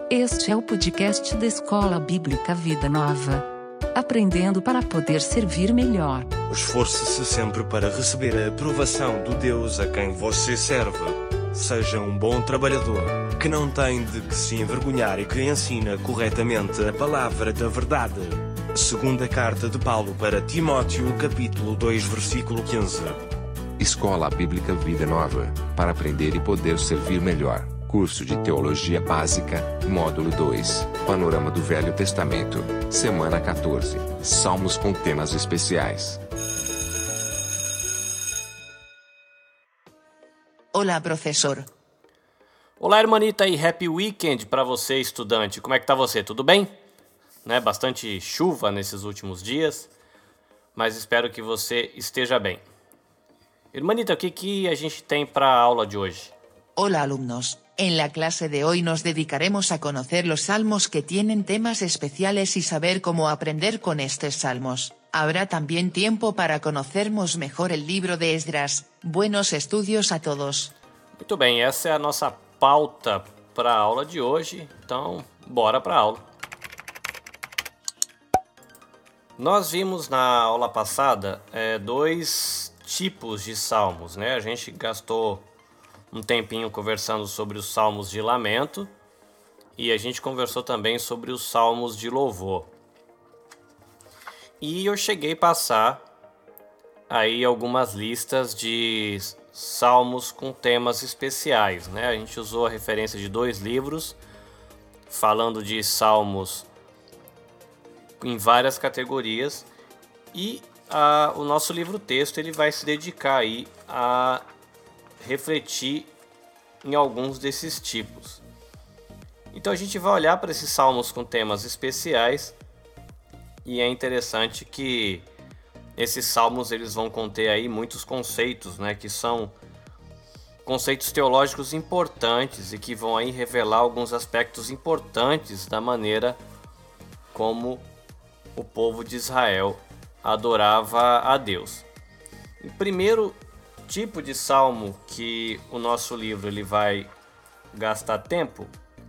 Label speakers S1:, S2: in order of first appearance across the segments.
S1: Este é o podcast da Escola Bíblica Vida Nova. Aprendendo para poder servir melhor.
S2: Esforce-se sempre para receber a aprovação do Deus a quem você serve. Seja um bom trabalhador, que não tem de que se envergonhar e que ensina corretamente a palavra da verdade. Segunda carta de Paulo para Timóteo, capítulo 2, versículo 15.
S3: Escola Bíblica Vida Nova, para aprender e poder servir melhor. Curso de Teologia Básica, Módulo 2, Panorama do Velho Testamento, Semana 14, Salmos com temas especiais.
S4: Olá, professor.
S5: Olá, hermanita, e Happy Weekend para você, estudante. Como é que tá você? Tudo bem? Né? Bastante chuva nesses últimos dias, mas espero que você esteja bem. Hermanita, o que a gente tem para a aula de hoje?
S4: Hola, alumnos. En la clase de hoy nos dedicaremos a conocer los salmos que tienen temas especiales y saber cómo aprender con estos salmos. Habrá también tiempo para conocermos mejor el libro de Esdras. Buenos estudios a todos.
S5: Muito bem, essa é a nossa pauta para a aula de hoje, então bora para a aula. Nós vimos na aula passada dois tipos de salmos, né? A gente gastou um tempinho conversando sobre os salmos de lamento e a gente conversou também sobre os salmos de louvor. E eu cheguei a passar aí algumas listas de salmos com temas especiais, né? A gente usou a referência de dois livros falando de salmos em várias categorias e o nosso livro-texto ele vai se dedicar aí a refletir em alguns desses tipos. Então a gente vai olhar para esses salmos com temas especiais e é interessante que esses salmos eles vão conter aí muitos conceitos, né, que são conceitos teológicos importantes e que vão aí revelar alguns aspectos importantes da maneira como o povo de Israel adorava a Deus. O primeiro tipo de salmo que o nosso livro ele vai gastar tempo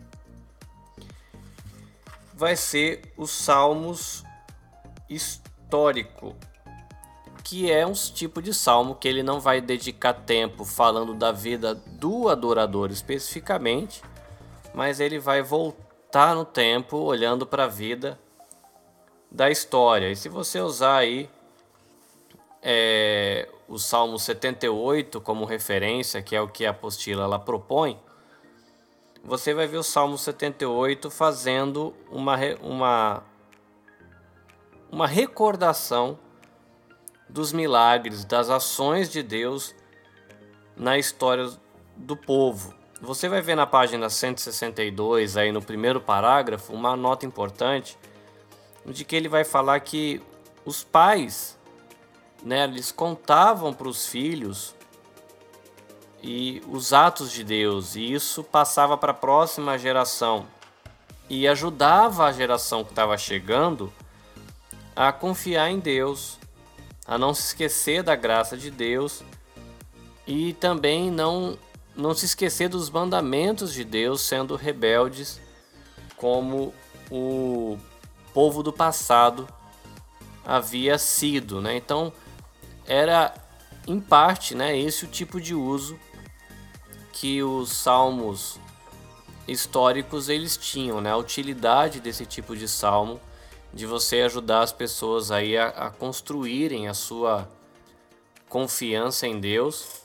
S5: vai ser os salmos histórico, que é um tipo de salmo que ele não vai dedicar tempo falando da vida do adorador especificamente, mas ele vai voltar no tempo olhando para a vida da história. E se você usar aí o Salmo 78 como referência, que é o que a apostila ela propõe, você vai ver o Salmo 78 fazendo uma recordação dos milagres, das ações de Deus na história do povo. Você vai ver na página 162, aí no primeiro parágrafo, uma nota importante, de que ele vai falar que os pais, né, eles contavam para os filhos e os atos de Deus, e isso passava para a próxima geração e ajudava a geração que estava chegando a confiar em Deus, a não se esquecer da graça de Deus e também não se esquecer dos mandamentos de Deus, sendo rebeldes como o povo do passado havia sido, né? Então era em parte, né, esse o tipo de uso que os salmos históricos eles tinham, né? A utilidade desse tipo de salmo de você ajudar as pessoas aí a construírem a sua confiança em Deus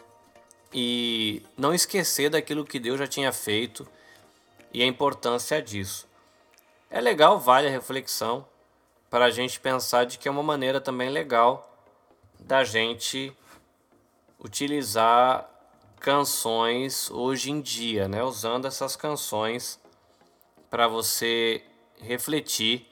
S5: e não esquecer daquilo que Deus já tinha feito e a importância disso. É legal, vale a reflexão para a gente pensar de que é uma maneira também legal da gente utilizar canções hoje em dia, né? Usando essas canções para você refletir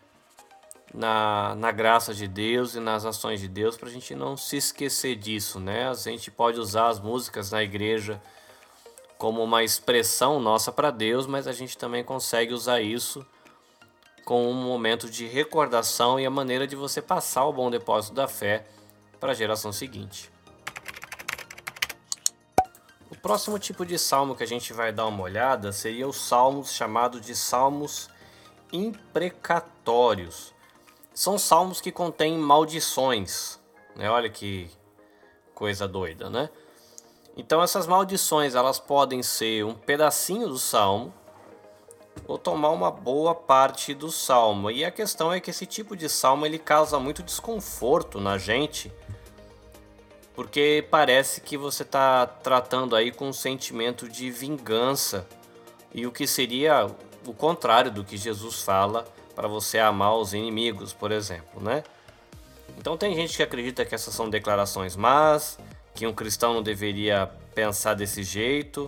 S5: na graça de Deus e nas ações de Deus, para a gente não se esquecer disso, né? A gente pode usar as músicas na igreja como uma expressão nossa para Deus, mas a gente também consegue usar isso com um momento de recordação e a maneira de você passar o bom depósito da fé para a geração seguinte. O próximo tipo de salmo que a gente vai dar uma olhada seria os salmos chamados de salmos imprecatórios. São salmos que contêm maldições, né? Olha que coisa doida, né? Então essas maldições, elas podem ser um pedacinho do salmo ou tomar uma boa parte do salmo. E a questão é que esse tipo de salmo ele causa muito desconforto na gente, porque parece que você está tratando aí com um sentimento de vingança, e o que seria o contrário do que Jesus fala para você amar os inimigos, por exemplo, né? Então tem gente que acredita que essas são declarações más, que um cristão não deveria pensar desse jeito,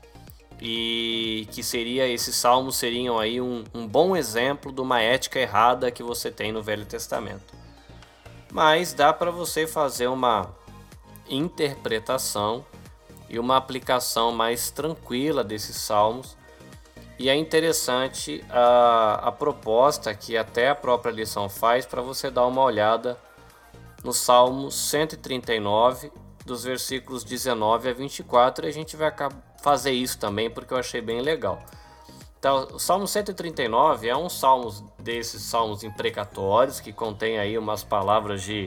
S5: e que esses salmos seriam aí um bom exemplo de uma ética errada que você tem no Velho Testamento. Mas dá para você fazer uma interpretação e uma aplicação mais tranquila desses salmos, e é interessante a proposta que até a própria lição faz para você dar uma olhada no Salmo 139, dos versículos 19 a 24, e a gente vai fazer isso também porque eu achei bem legal. Então, o Salmo 139 é um salmo desses salmos imprecatórios, que contém aí umas palavras de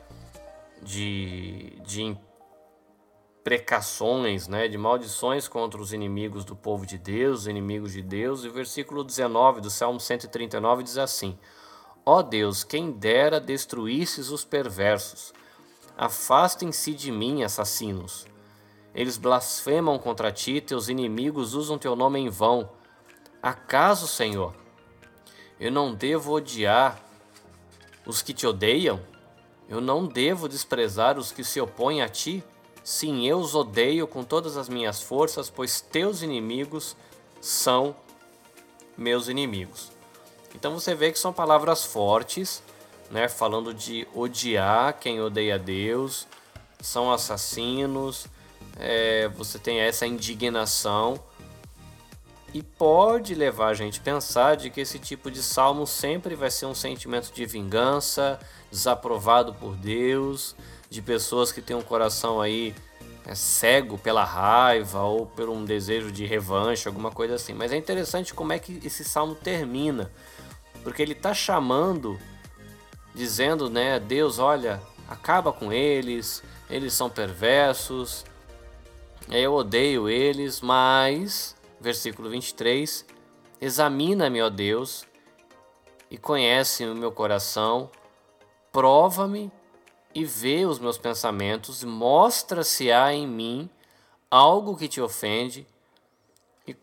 S5: imprecações, né, de maldições contra os inimigos do povo de Deus, os inimigos de Deus. E o versículo 19 do Salmo 139 diz assim: Ó Deus, quem dera destruísses os perversos, afastem-se de mim, assassinos. Eles blasfemam contra ti, teus inimigos usam teu nome em vão. Acaso, Senhor, eu não devo odiar os que te odeiam? Eu não devo desprezar os que se opõem a ti? Sim, eu os odeio com todas as minhas forças, pois teus inimigos são meus inimigos. Então você vê que são palavras fortes, né, falando de odiar quem odeia Deus, são assassinos, você tem essa indignação, e pode levar a gente a pensar de que esse tipo de salmo sempre vai ser um sentimento de vingança, desaprovado por Deus, de pessoas que têm um coração aí cego pela raiva ou por um desejo de revanche, alguma coisa assim. Mas é interessante como é que esse salmo termina, porque ele está chamando, dizendo, né, Deus, olha, acaba com eles são perversos, eu odeio eles, mas, versículo 23, examina-me, ó Deus, e conhece o meu coração, prova-me e vê os meus pensamentos, mostra se há em mim algo que te ofende, e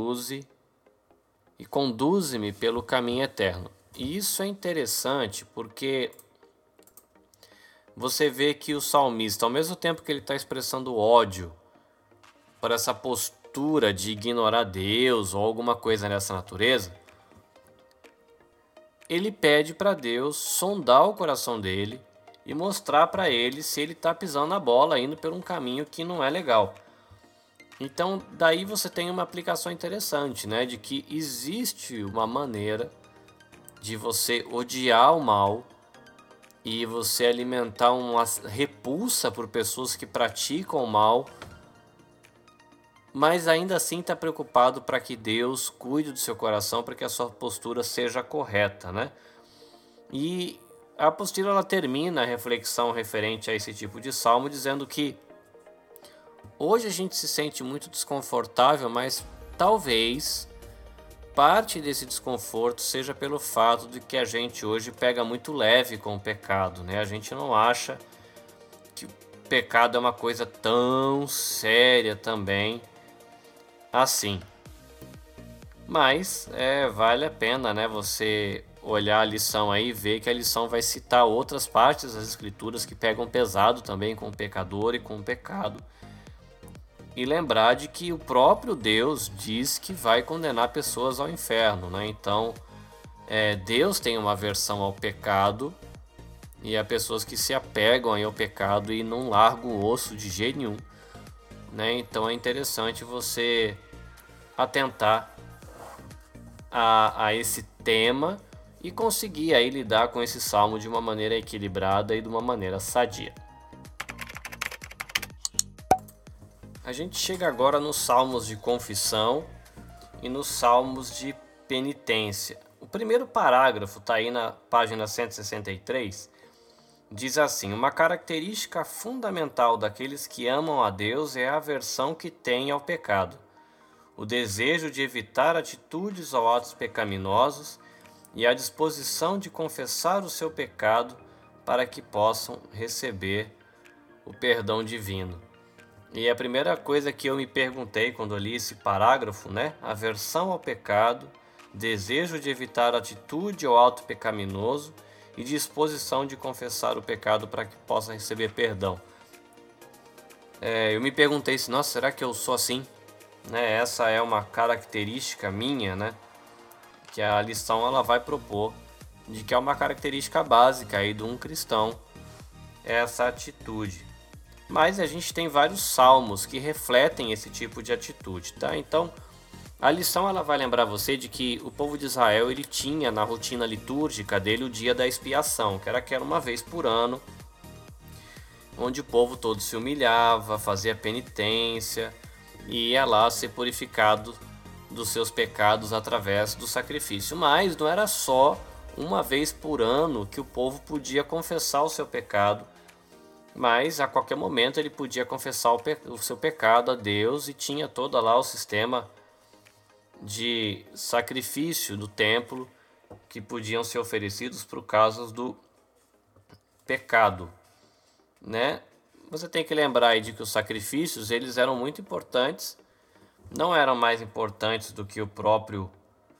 S5: conduze-me pelo caminho eterno. E isso é interessante porque você vê que o salmista, ao mesmo tempo que ele está expressando ódio por essa postura de ignorar Deus ou alguma coisa nessa natureza, ele pede para Deus sondar o coração dele e mostrar para ele se ele está pisando na bola, indo por um caminho que não é legal. Então, daí você tem uma aplicação interessante, né, de que existe uma maneira de você odiar o mal e você alimentar uma repulsa por pessoas que praticam o mal, mas ainda assim está preocupado para que Deus cuide do seu coração, para que a sua postura seja correta, né? E a apostila ela termina a reflexão referente a esse tipo de salmo dizendo que hoje a gente se sente muito desconfortável, mas talvez parte desse desconforto seja pelo fato de que a gente hoje pega muito leve com o pecado, né? A gente não acha que o pecado é uma coisa tão séria também assim. Mas vale a pena, né, você olhar a lição aí e ver que a lição vai citar outras partes das escrituras que pegam pesado também com o pecador e com o pecado. E lembrar de que o próprio Deus diz que vai condenar pessoas ao inferno, né? Então, Deus tem uma aversão ao pecado e há pessoas que se apegam aí ao pecado e não largam o osso de jeito nenhum, né? Então é interessante você atentar a esse tema e conseguir aí lidar com esse salmo de uma maneira equilibrada e de uma maneira sadia. A gente chega agora nos salmos de confissão e nos salmos de penitência. O primeiro parágrafo está aí na página 163, diz assim: uma característica fundamental daqueles que amam a Deus é a aversão que têm ao pecado, o desejo de evitar atitudes ou atos pecaminosos e a disposição de confessar o seu pecado para que possam receber o perdão divino. E a primeira coisa que eu me perguntei quando eu li esse parágrafo, aversão ao pecado, desejo de evitar atitude ou ato pecaminoso e disposição de confessar o pecado para que possa receber perdão. Eu me perguntei se, será que eu sou assim? Essa é uma característica minha, que a lição ela vai propor, de que é uma característica básica aí de um cristão, essa atitude. Mas a gente tem vários salmos que refletem esse tipo de atitude, tá? Então, a lição ela vai lembrar você de que o povo de Israel ele tinha na rotina litúrgica dele o dia da expiação, que era uma vez por ano, onde o povo todo se humilhava, fazia penitência e ia lá ser purificado dos seus pecados através do sacrifício. Mas não era só uma vez por ano que o povo podia confessar o seu pecado, mas a qualquer momento ele podia confessar o seu pecado a Deus, e tinha todo lá o sistema de sacrifício do templo que podiam ser oferecidos por causa do pecado, Você tem que lembrar aí de que os sacrifícios eles eram muito importantes, não eram mais importantes do que o próprio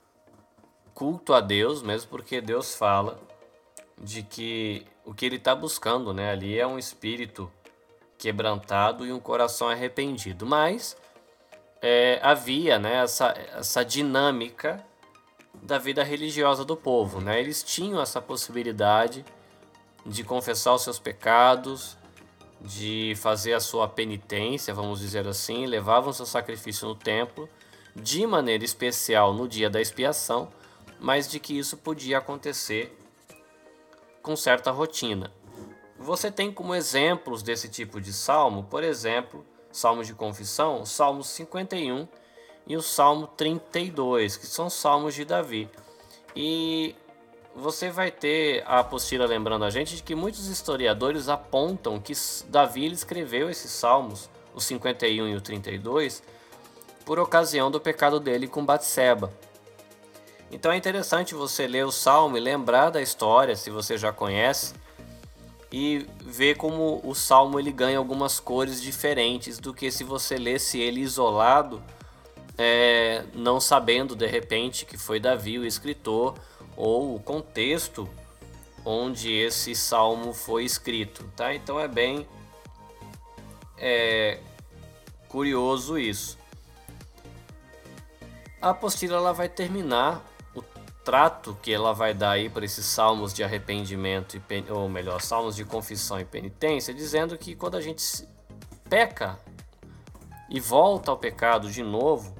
S5: culto a Deus, mesmo porque Deus fala de que o que ele está buscando, ali é um espírito quebrantado e um coração arrependido. Mas havia, essa dinâmica da vida religiosa do povo, Eles tinham essa possibilidade de confessar os seus pecados, de fazer a sua penitência, vamos dizer assim, levavam seu sacrifício no templo, de maneira especial no dia da expiação, mas de que isso podia acontecer com certa rotina. Você tem como exemplos desse tipo de salmo, por exemplo, salmos de confissão, o Salmo 51 e o Salmo 32, que são salmos de Davi. E você vai ter a apostila lembrando a gente de que muitos historiadores apontam que Davi ele escreveu esses salmos, o 51 e o 32, por ocasião do pecado dele com Batseba. Então é interessante você ler o salmo e lembrar da história, se você já conhece, e ver como o salmo ele ganha algumas cores diferentes do que se você lesse ele isolado, não sabendo de repente que foi Davi o escritor, ou o contexto onde esse salmo foi escrito, tá? Então é bem curioso isso. A apostila ela vai terminar o trato que ela vai dar aí para esses salmos de arrependimento, ou melhor, salmos de confissão e penitência, dizendo que quando a gente peca e volta ao pecado de novo,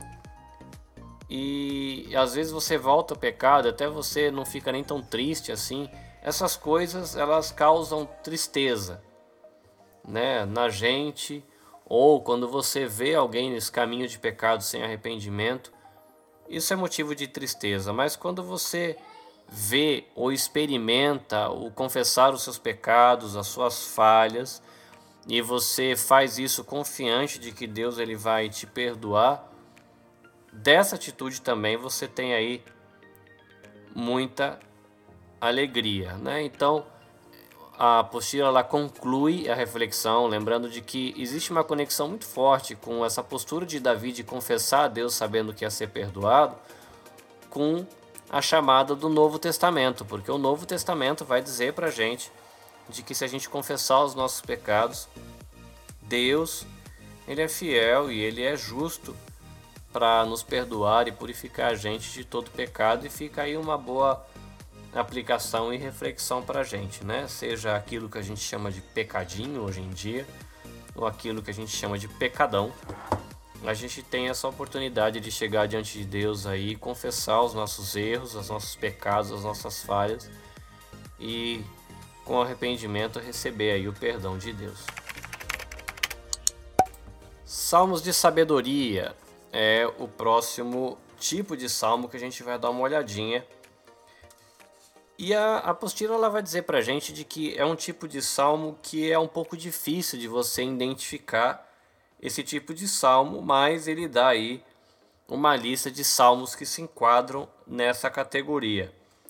S5: e às vezes você volta ao pecado, até você não fica nem tão triste assim, essas coisas elas causam tristeza, na gente, ou quando você vê alguém nesse caminho de pecado sem arrependimento, isso é motivo de tristeza. Mas quando você vê ou experimenta o confessar os seus pecados, as suas falhas, e você faz isso confiante de que Deus ele vai te perdoar, dessa atitude também você tem aí muita alegria, Então a apostila ela conclui a reflexão, lembrando de que existe uma conexão muito forte com essa postura de Davi de confessar a Deus sabendo que ia ser perdoado, com a chamada do Novo Testamento, porque o Novo Testamento vai dizer pra gente de que se a gente confessar os nossos pecados, Deus ele é fiel e ele é justo para nos perdoar e purificar a gente de todo pecado, e fica aí uma boa aplicação e reflexão para a gente, Seja aquilo que a gente chama de pecadinho hoje em dia, ou aquilo que a gente chama de pecadão, a gente tem essa oportunidade de chegar diante de Deus aí, confessar os nossos erros, os nossos pecados, as nossas falhas, e com arrependimento receber aí o perdão de Deus. Salmos de sabedoria é o próximo tipo de salmo que a gente vai dar uma olhadinha. E a apostila ela vai dizer pra gente de que é um tipo de salmo que é um pouco difícil de você identificar esse tipo de salmo, mas ele dá aí uma lista de salmos que se enquadram nessa categoria.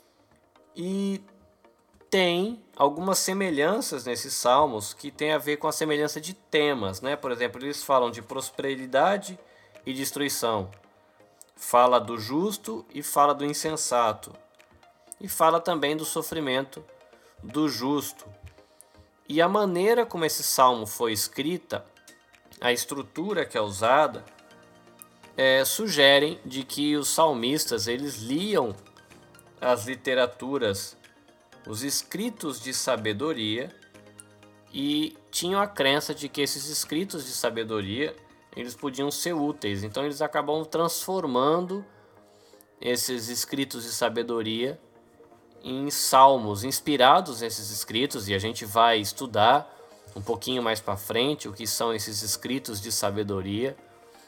S5: E tem algumas semelhanças nesses salmos que tem a ver com a semelhança de temas, né? Por exemplo, eles falam de prosperidade e destruição, fala do justo e fala do insensato, e fala também do sofrimento do justo. E a maneira como esse salmo foi escrita, a estrutura que é usada, sugerem de que os salmistas eles liam as literaturas, os escritos de sabedoria, e tinham a crença de que esses escritos de sabedoria eles podiam ser úteis. Então eles acabam transformando esses escritos de sabedoria em salmos inspirados nesses escritos, e a gente vai estudar um pouquinho mais para frente o que são esses escritos de sabedoria,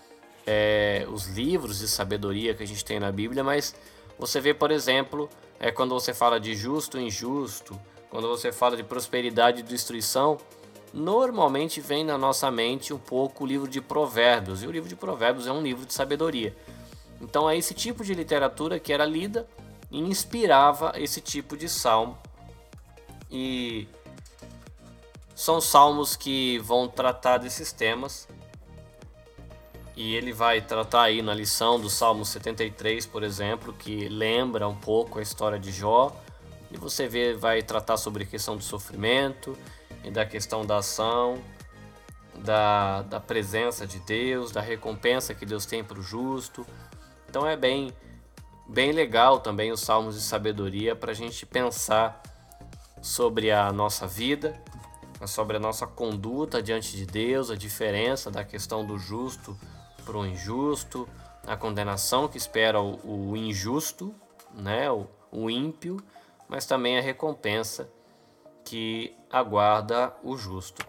S5: os livros de sabedoria que a gente tem na Bíblia. Mas você vê, por exemplo, quando você fala de justo e injusto, quando você fala de prosperidade e destruição, normalmente vem na nossa mente um pouco o livro de Provérbios, e o livro de Provérbios é um livro de sabedoria. Então é esse tipo de literatura que era lida e inspirava esse tipo de salmo. E são salmos que vão tratar desses temas. E ele vai tratar aí na lição do Salmo 73, por exemplo, que lembra um pouco a história de Jó. E você vê, vai tratar sobre a questão do sofrimento e da questão da ação, da presença de Deus, da recompensa que Deus tem para o justo. Então é bem legal também os salmos de sabedoria para a gente pensar sobre a nossa vida, sobre a nossa conduta diante de Deus, a diferença da questão do justo para o injusto, a condenação que espera o injusto, né, o ímpio, mas também a recompensa que aguarda o justo.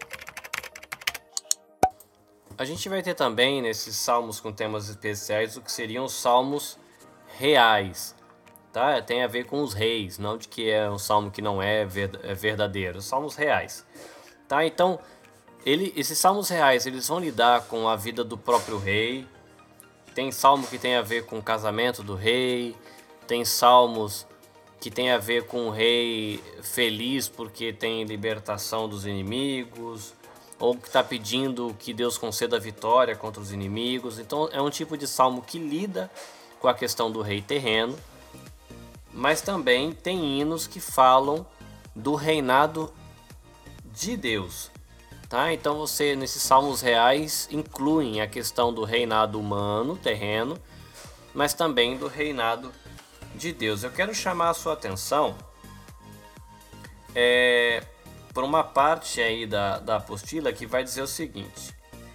S5: A gente vai ter também nesses salmos com temas especiais o que seriam os salmos reais, tá? Tem a ver com os reis, não de que é um salmo que não é verdadeiro, salmos reais, tá? Então, esses salmos reais, eles vão lidar com a vida do próprio rei. Tem salmo que tem a ver com o casamento do rei, tem salmos que tem a ver com o rei feliz porque tem libertação dos inimigos, ou que está pedindo que Deus conceda vitória contra os inimigos. Então é um tipo de salmo que lida com a questão do rei terreno, mas também tem hinos que falam do reinado de Deus, tá? Então você, nesses salmos reais, incluem a questão do reinado humano, terreno, mas também do reinado de Deus. Eu quero chamar a sua atenção por uma parte aí da apostila que vai dizer o seguinte: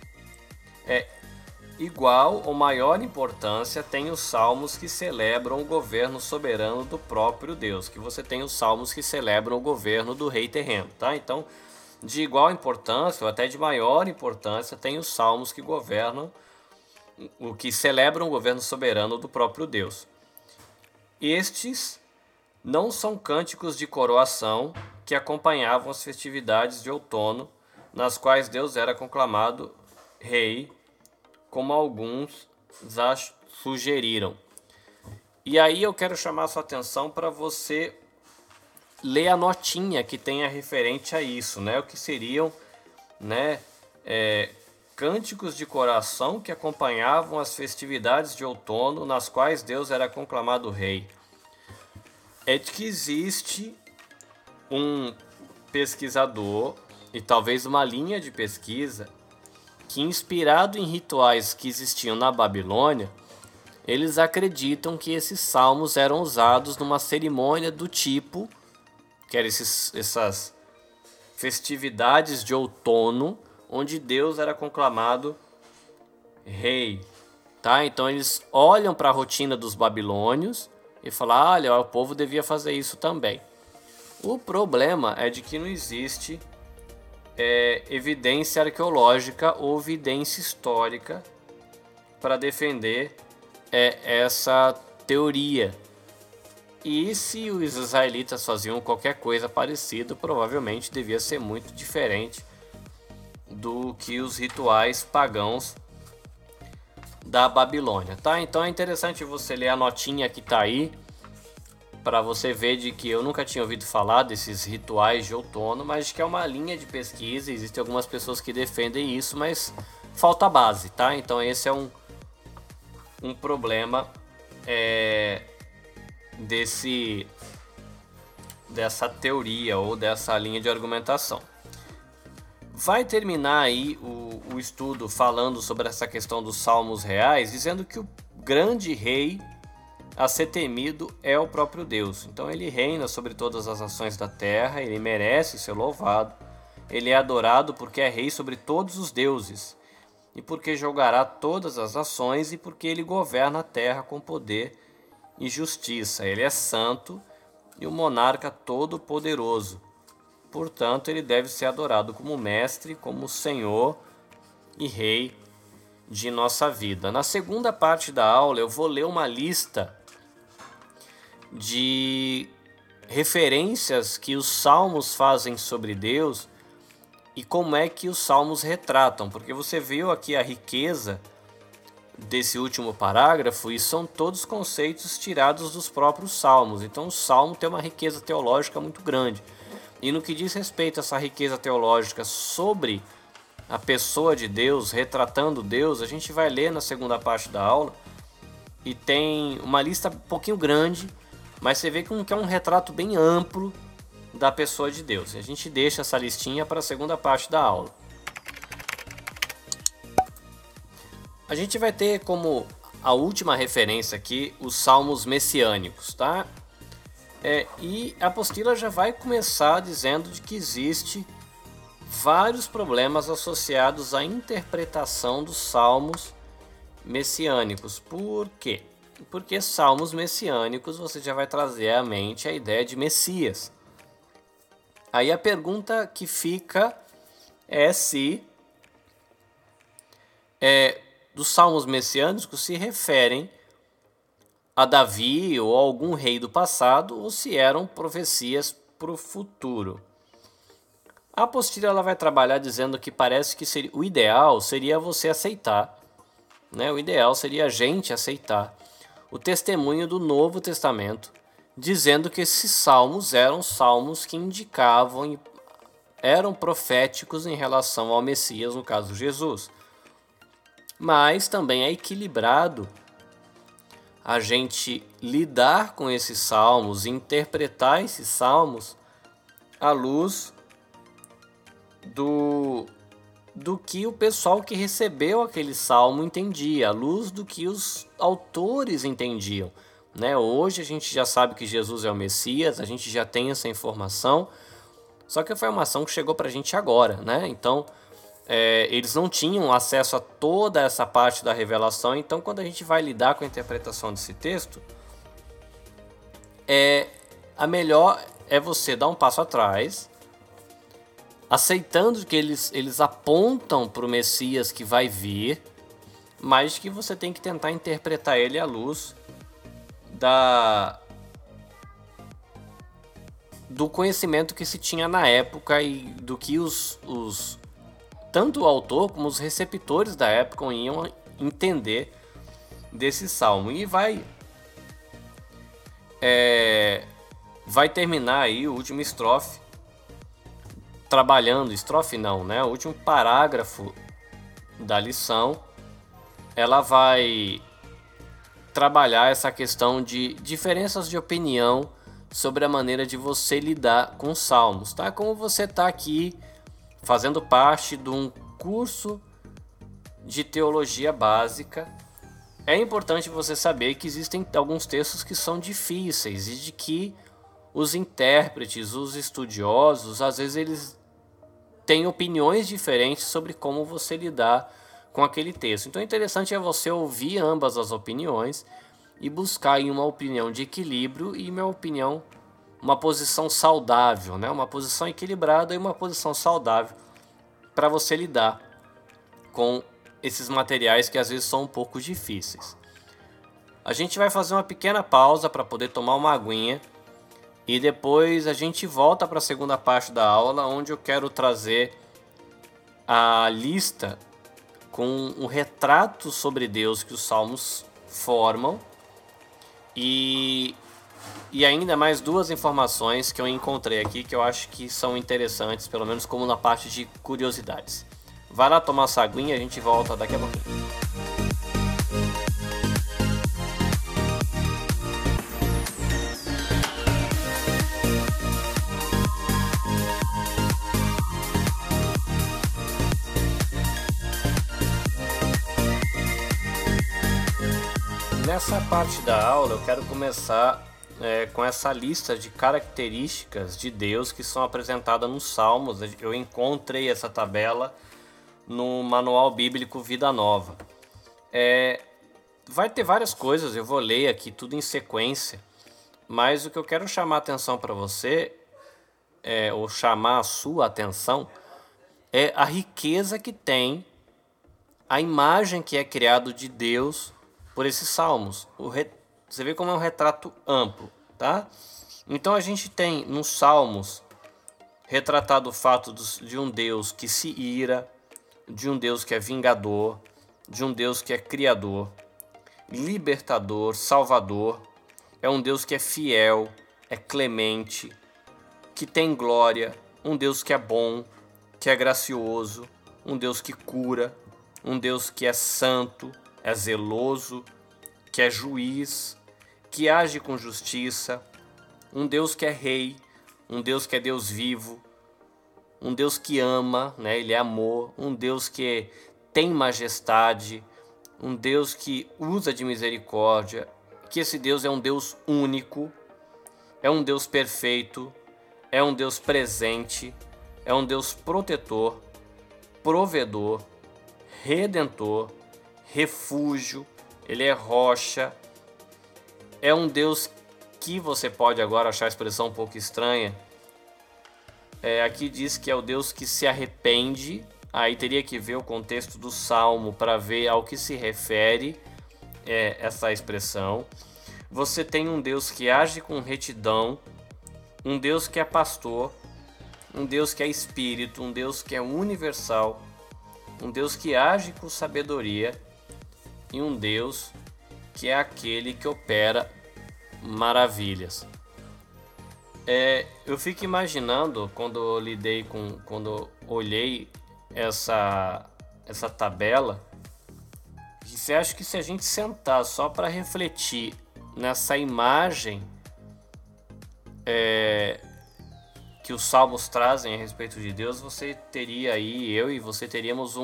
S5: igual ou maior importância tem os salmos que celebram o governo soberano do próprio Deus, que você tem os salmos que celebram o governo do rei terreno, tá? Então, de igual importância ou até de maior importância tem os salmos que governam, o que celebram o governo soberano do próprio Deus. Estes não são cânticos de coroação que acompanhavam as festividades de outono, nas quais Deus era conclamado rei, como alguns já sugeriram. E aí eu quero chamar a sua atenção para você ler a notinha que tem a referente a isso, né? O que seriam, né, cânticos de coração que acompanhavam as festividades de outono, nas quais Deus era conclamado rei. É de que existe um pesquisador e talvez uma linha de pesquisa que, inspirado em rituais que existiam na Babilônia, eles acreditam que esses salmos eram usados numa cerimônia do tipo, que eram essas festividades de outono, onde Deus era conclamado rei, tá? Então eles olham para a rotina dos babilônios e falam: olha, o povo devia fazer isso também. O problema é de que não existe evidência arqueológica ou evidência histórica para defender essa teoria. E se os israelitas faziam qualquer coisa parecida, provavelmente devia ser muito diferente do que os rituais pagãos da Babilônia, tá? Então é interessante você ler a notinha que tá aí, para você ver de que eu nunca tinha ouvido falar desses rituais de outono, mas que é uma linha de pesquisa. Existem algumas pessoas que defendem isso, mas falta base, tá? Então esse é um problema dessa teoria ou dessa linha de argumentação. Vai terminar aí o estudo falando sobre essa questão dos salmos reais, dizendo que o grande rei a ser temido é o próprio Deus. Então ele reina sobre todas as ações da terra, ele merece ser louvado, ele é adorado porque é rei sobre todos os deuses, e porque julgará todas as nações, e porque ele governa a terra com poder e justiça. Ele é santo e o monarca todo-poderoso. Portanto, ele deve ser adorado como mestre, como senhor e rei de nossa vida. Na segunda parte da aula, eu vou ler uma lista de referências que os salmos fazem sobre Deus e como é que os salmos retratam, porque você viu aqui a riqueza desse último parágrafo e são todos conceitos tirados dos próprios salmos. Então o salmo tem uma riqueza teológica muito grande. E no que diz respeito a essa riqueza teológica sobre a pessoa de Deus, retratando Deus, a gente vai ler na segunda parte da aula e tem uma lista um pouquinho grande, mas você vê que é um retrato bem amplo da pessoa de Deus. A gente deixa essa listinha para a segunda parte da aula. A gente vai ter como a última referência aqui os salmos messiânicos, tá? E a apostila já vai começar dizendo de que existe vários problemas associados à interpretação dos salmos messiânicos. Por quê? Porque salmos messiânicos você já vai trazer à mente a ideia de Messias. Aí a pergunta que fica é se dos salmos messiânicos se referem a Davi ou a algum rei do passado, ou se eram profecias para o futuro. A apostila ela vai trabalhar dizendo que parece que o ideal seria você aceitar, né? O ideal seria a gente aceitar o testemunho do Novo Testamento, dizendo que esses salmos eram salmos que indicavam, eram proféticos em relação ao Messias, no caso Jesus. Mas também é equilibrado a gente lidar com esses salmos, interpretar esses salmos à luz do que o pessoal que recebeu aquele salmo entendia, à luz do que os autores entendiam, né? Hoje a gente já sabe que Jesus é o Messias, a gente já tem essa informação, só que a informação que chegou para a gente agora, né? Então eles não tinham acesso a toda essa parte da revelação. Então quando a gente vai lidar com a interpretação desse texto, a melhor é você dar um passo atrás, aceitando que eles apontam para o Messias que vai vir, mas que você tem que tentar interpretar ele à luz do conhecimento que se tinha na época e do que tanto o autor como os receptores da época iam entender desse salmo. E vai terminar aí o último estrofe, trabalhando, estrofe não, né? O último parágrafo da lição, ela vai trabalhar essa questão de diferenças de opinião sobre a maneira de você lidar com os salmos, tá? Como você está aqui fazendo parte de um curso de teologia básica, é importante você saber que existem alguns textos que são difíceis e de que os intérpretes, os estudiosos, às vezes eles têm opiniões diferentes sobre como você lidar com aquele texto. Então, o interessante é você ouvir ambas as opiniões e buscar em uma opinião de equilíbrio e, minha opinião, uma posição saudável, né? Uma posição equilibrada e uma posição saudável para você lidar com esses materiais que às vezes são um pouco difíceis. A gente vai fazer uma pequena pausa para poder tomar uma aguinha e depois a gente volta para a segunda parte da aula, onde eu quero trazer a lista com um retrato sobre Deus que os salmos formam e ainda mais duas informações que eu encontrei aqui que eu acho que são interessantes, pelo menos como na parte de curiosidades. Vai lá tomar essa aguinha e a gente volta daqui a pouquinho. Nessa parte da aula eu quero começar com essa lista de características de Deus que são apresentadas nos Salmos. Eu encontrei essa tabela no Manual Bíblico Vida Nova. Vai ter várias coisas, eu vou ler aqui tudo em sequência, mas o que eu quero chamar a atenção para você, ou chamar a sua atenção, é a riqueza que tem a imagem que é criada de Deus por esses salmos. Você vê como é um retrato amplo, tá? Então a gente tem nos salmos retratado o fato de um Deus que se ira, de um Deus que é vingador, de um Deus que é criador, libertador, salvador. É um Deus que é fiel, é clemente, que tem glória, um Deus que é bom, que é gracioso, um Deus que cura, um Deus que é santo, é zeloso, que é juiz, que age com justiça, um Deus que é rei, um Deus que é Deus vivo, um Deus que ama, né? Ele é amor, um Deus que tem majestade, um Deus que usa de misericórdia, que esse Deus é um Deus único, é um Deus perfeito, é um Deus presente, é um Deus protetor, provedor, redentor, refúgio, ele é rocha, é um Deus que você pode agora achar a expressão um pouco estranha. Aqui diz que é o Deus que se arrepende, aí teria que ver o contexto do Salmo para ver ao que se refere essa expressão. Você tem um Deus que age com retidão, um Deus que é pastor, um Deus que é espírito, um Deus que é universal, um Deus que age com sabedoria e um Deus que é aquele que opera maravilhas. Eu fico imaginando quando eu olhei essa tabela, que você acha que se a gente sentar só para refletir nessa imagem que os salmos trazem a respeito de Deus, você teria aí, eu e você teríamos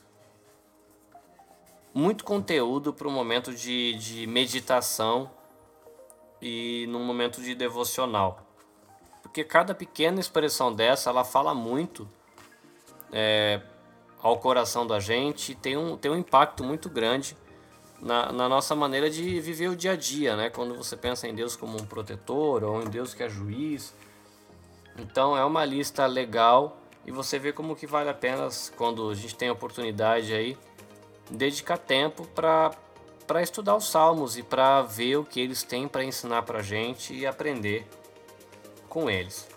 S5: muito conteúdo para um momento de meditação e num momento de devocional. Porque cada pequena expressão dessa, ela fala muito ao coração da gente, tem um impacto muito grande na nossa maneira de viver o dia a dia, né? Quando você pensa em Deus como um protetor ou em Deus que é juiz. Então é uma lista legal e você vê como que vale a pena, quando a gente tem a oportunidade aí, dedicar tempo para estudar os salmos e para ver o que eles têm para ensinar para a gente e aprender com eles.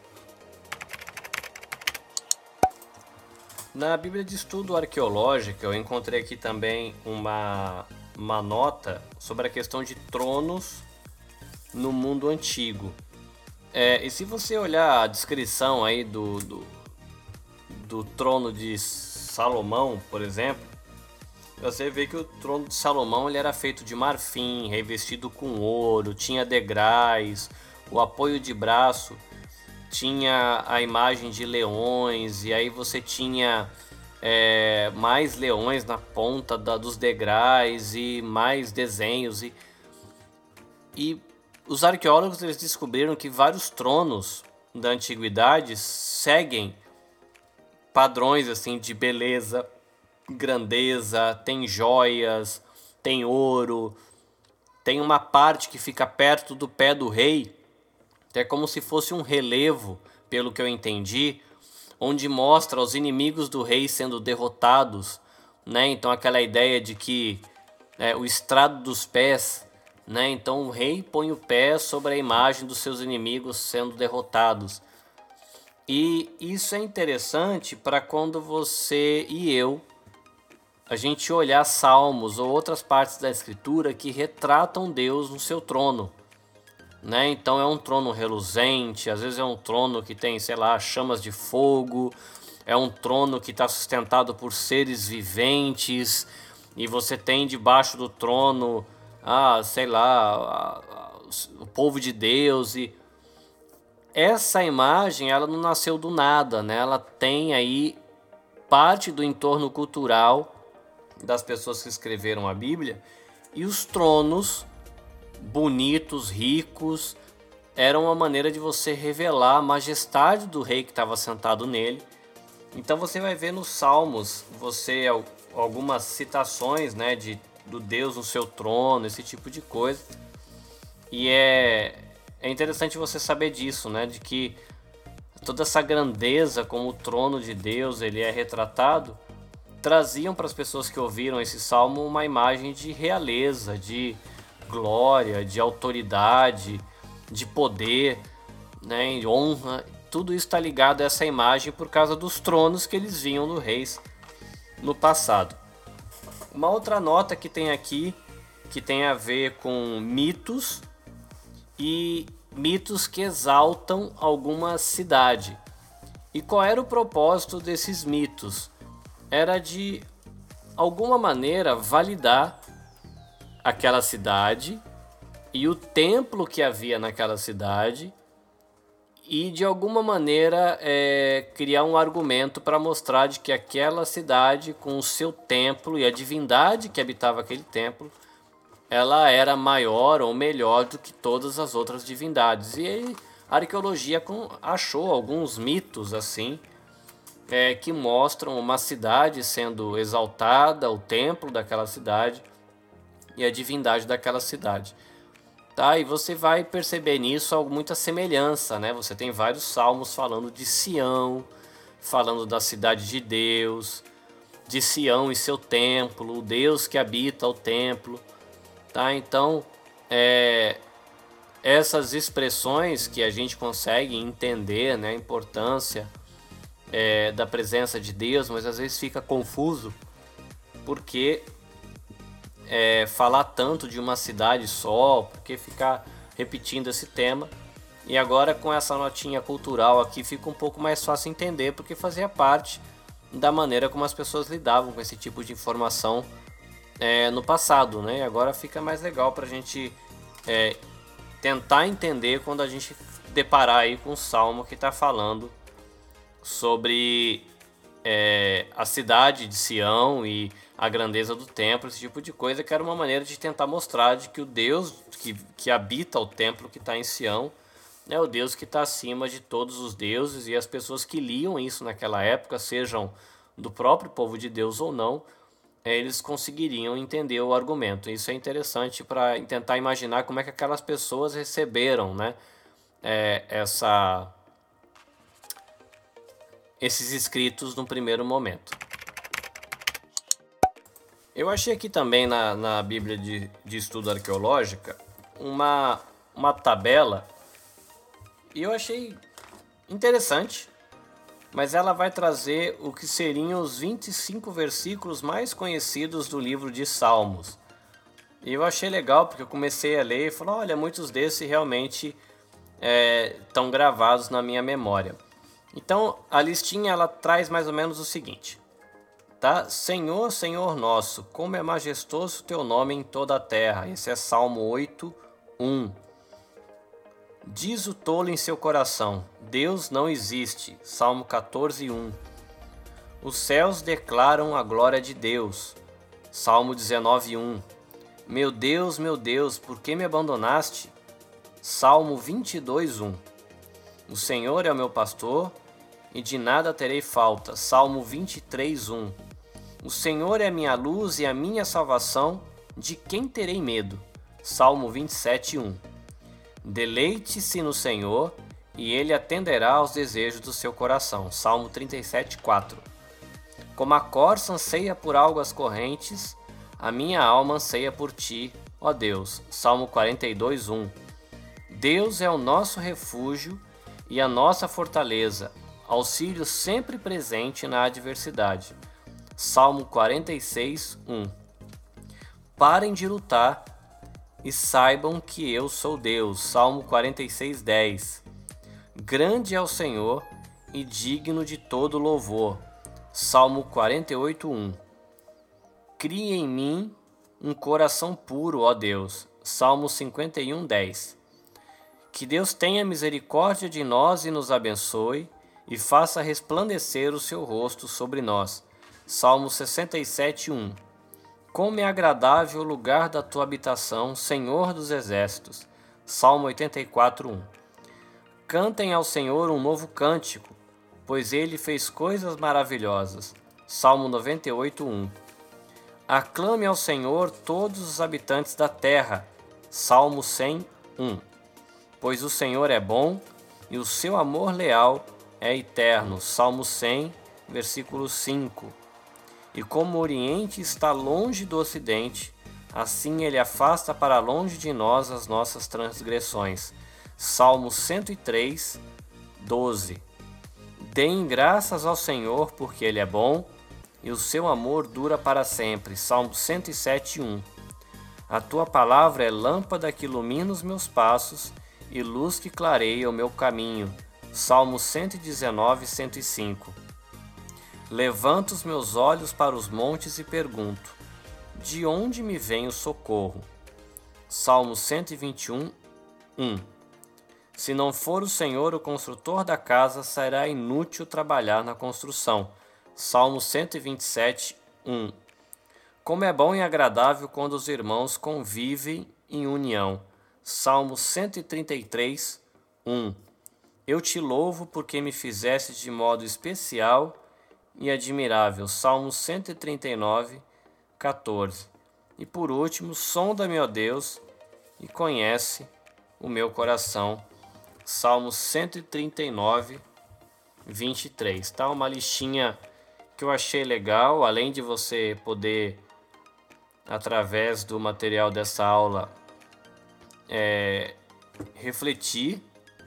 S5: Na Bíblia de Estudo Arqueológico eu encontrei aqui também uma nota sobre a questão de tronos no mundo antigo. E se você olhar a descrição aí do trono de Salomão, por exemplo, você vê que o trono de Salomão ele era feito de marfim, revestido com ouro, tinha degraus, o apoio de braço tinha a imagem de leões, e aí você tinha mais leões na ponta dos degraus e mais desenhos. E os arqueólogos eles descobriram que vários tronos da antiguidade seguem padrões assim de beleza, grandeza, tem joias, tem ouro, tem uma parte que fica perto do pé do rei, que é como se fosse um relevo, pelo que eu entendi, onde mostra os inimigos do rei sendo derrotados, né? Então aquela ideia de que o estrado dos pés, né? Então o rei põe o pé sobre a imagem dos seus inimigos sendo derrotados. E isso é interessante para quando você e eu, a gente olhar salmos ou outras partes da escritura que retratam Deus no seu trono, né? Então é um trono reluzente, às vezes é um trono que tem, sei lá, chamas de fogo, é um trono que está sustentado por seres viventes, e você tem debaixo do trono, sei lá, o povo de Deus. E essa imagem, ela não nasceu do nada, né? Ela tem aí parte do entorno cultural das pessoas que escreveram a Bíblia, e os tronos bonitos, ricos, eram uma maneira de você revelar a majestade do rei que estava sentado nele. Então você vai ver nos Salmos, algumas citações, né, do Deus no seu trono, esse tipo de coisa. E é interessante você saber disso, né, de que toda essa grandeza como o trono de Deus ele é retratado, traziam para as pessoas que ouviram esse salmo uma imagem de realeza, de glória, de autoridade, de poder, né, de honra. Tudo isso está ligado a essa imagem por causa dos tronos que eles vinham no reis no passado. Uma outra nota que tem aqui, que tem a ver com mitos, e mitos que exaltam alguma cidade. E qual era o propósito desses mitos? Era de alguma maneira validar aquela cidade e o templo que havia naquela cidade, e de alguma maneira criar um argumento para mostrar de que aquela cidade, com o seu templo e a divindade que habitava aquele templo, ela era maior ou melhor do que todas as outras divindades. E aí, a arqueologia achou alguns mitos assim, que mostram uma cidade sendo exaltada, o templo daquela cidade e a divindade daquela cidade. Tá? E você vai perceber nisso muita semelhança, né? Você tem vários salmos falando de Sião, falando da cidade de Deus, de Sião e seu templo, o Deus que habita o templo. Tá? Então, essas expressões que a gente consegue entender, né, a importância da presença de Deus, mas às vezes fica confuso, porque falar tanto de uma cidade só, porque ficar repetindo esse tema. E agora com essa notinha cultural aqui fica um pouco mais fácil entender, porque fazia parte da maneira como as pessoas lidavam com esse tipo de informação no passado, né? E agora fica mais legal para a gente tentar entender quando a gente deparar aí com um salmo que está falando sobre a cidade de Sião e a grandeza do templo, esse tipo de coisa, que era uma maneira de tentar mostrar de que o Deus que habita o templo que está em Sião é o Deus que está acima de todos os deuses, e as pessoas que liam isso naquela época, sejam do próprio povo de Deus ou não, eles conseguiriam entender o argumento. Isso é interessante para tentar imaginar como é que aquelas pessoas receberam, né, esses escritos no primeiro momento. Eu achei aqui também na Bíblia de Estudo Arqueológica uma tabela, e eu achei interessante, mas ela vai trazer o que seriam os 25 versículos mais conhecidos do livro de Salmos. E eu achei legal, porque eu comecei a ler e falei, olha, muitos desses realmente estão gravados na minha memória. Então a listinha ela traz mais ou menos o seguinte, tá? Senhor, Senhor nosso, como é majestoso o teu nome em toda a terra. Esse é Salmo 8, 1. Diz o tolo em seu coração, Deus não existe. Salmo 14, 1. Os céus declaram a glória de Deus. Salmo 19, 1. Meu Deus, por que me abandonaste? Salmo 22, 1. O Senhor é o meu pastor, e de nada terei falta. Salmo 23, 1. O Senhor é a minha luz e a minha salvação, de quem terei medo? Salmo 27, 1. Deleite-se no Senhor, e ele atenderá aos desejos do seu coração. Salmo 37:4. Como a corça anseia por águas correntes, a minha alma anseia por ti, ó Deus. Salmo 42:1. Deus é o nosso refúgio e a nossa fortaleza, auxílio sempre presente na adversidade. Salmo 46:1. Parem de lutar e saibam que eu sou Deus. Salmo 46:10. Grande é o Senhor e digno de todo louvor. Salmo 48:1. Cria em mim um coração puro, ó Deus. Salmo 51:10. Que Deus tenha misericórdia de nós e nos abençoe, e faça resplandecer o seu rosto sobre nós. Salmo 67:1. Como é agradável o lugar da tua habitação, Senhor dos exércitos. Salmo 84:1. Cantem ao Senhor um novo cântico, pois ele fez coisas maravilhosas. Salmo 98:1. Aclame ao Senhor todos os habitantes da terra. Salmo 100:1. Pois o Senhor é bom e o seu amor leal é eterno. Salmo 100, versículo 5. E como o Oriente está longe do Ocidente, assim ele afasta para longe de nós as nossas transgressões. Salmo 103, 12. Deem graças ao Senhor, porque ele é bom e o seu amor dura para sempre. Salmo 107:1. A tua palavra é lâmpada que ilumina os meus passos e luz que clareia o meu caminho. Salmo 119, 105. Levanto os meus olhos para os montes e pergunto: de onde me vem o socorro? Salmo 121, 1. Se não for o Senhor o construtor da casa, será inútil trabalhar na construção. Salmo 127, 1. Como é bom e agradável quando os irmãos convivem em união. Salmo 133, 1. Eu te louvo porque me fizeste de modo especial e admirável. Salmo 139, 14. E por último, sonda-me, ó Deus, e conhece o meu coração. Salmo 139, 23. Tá uma listinha que eu achei legal, além de você poder, através do material dessa aula, refletir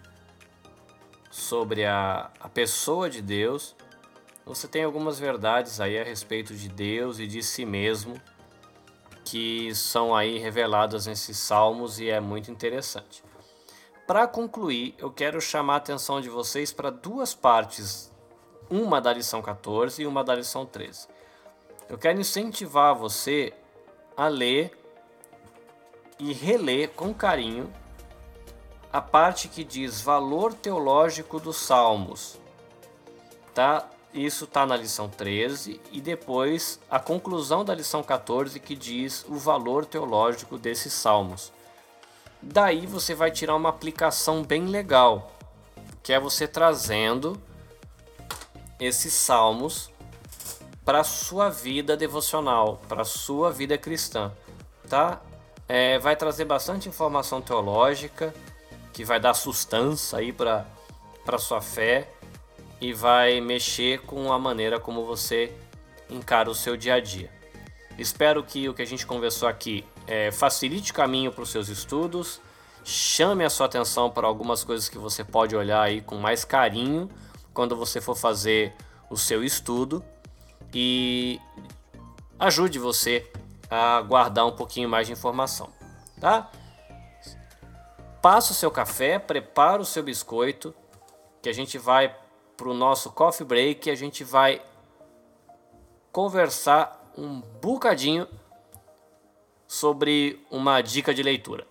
S5: sobre a pessoa de Deus. Você tem algumas verdades aí a respeito de Deus e de si mesmo que são aí reveladas nesses salmos e é muito interessante. Para concluir, eu quero chamar a atenção de vocês para duas partes, uma da lição 14 e uma da lição 13. Eu quero incentivar você a ler e reler com carinho a parte que diz valor teológico dos salmos, tá? Isso está na lição 13 e depois a conclusão da lição 14 que diz o valor teológico desses salmos. Daí você vai tirar uma aplicação bem legal, que é você trazendo esses salmos para a sua vida devocional, para a sua vida cristã, tá? Vai trazer bastante informação teológica, que vai dar sustância aí para a sua fé e vai mexer com a maneira como você encara o seu dia a dia. Espero que o que a gente conversou aqui facilite o caminho para os seus estudos, chame a sua atenção para algumas coisas que você pode olhar aí com mais carinho quando você for fazer o seu estudo e ajude você a guardar um pouquinho mais de informação, tá? Passa o seu café, prepara o seu biscoito, que a gente vai para o nosso coffee break e a gente vai conversar um bocadinho sobre uma dica de leitura.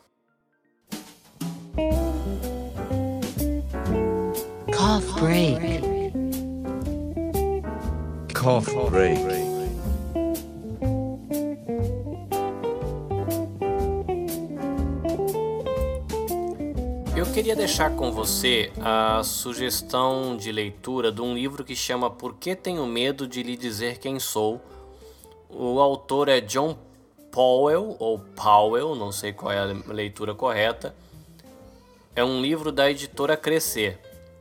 S1: Coffee break.
S6: Coffee break.
S5: Eu queria deixar com você a sugestão de leitura de um livro que chama Por que Tenho Medo de Lhe Dizer Quem Sou. O autor é John Powell, ou Powell, não sei qual é a leitura correta. é um livro da editora Crescer.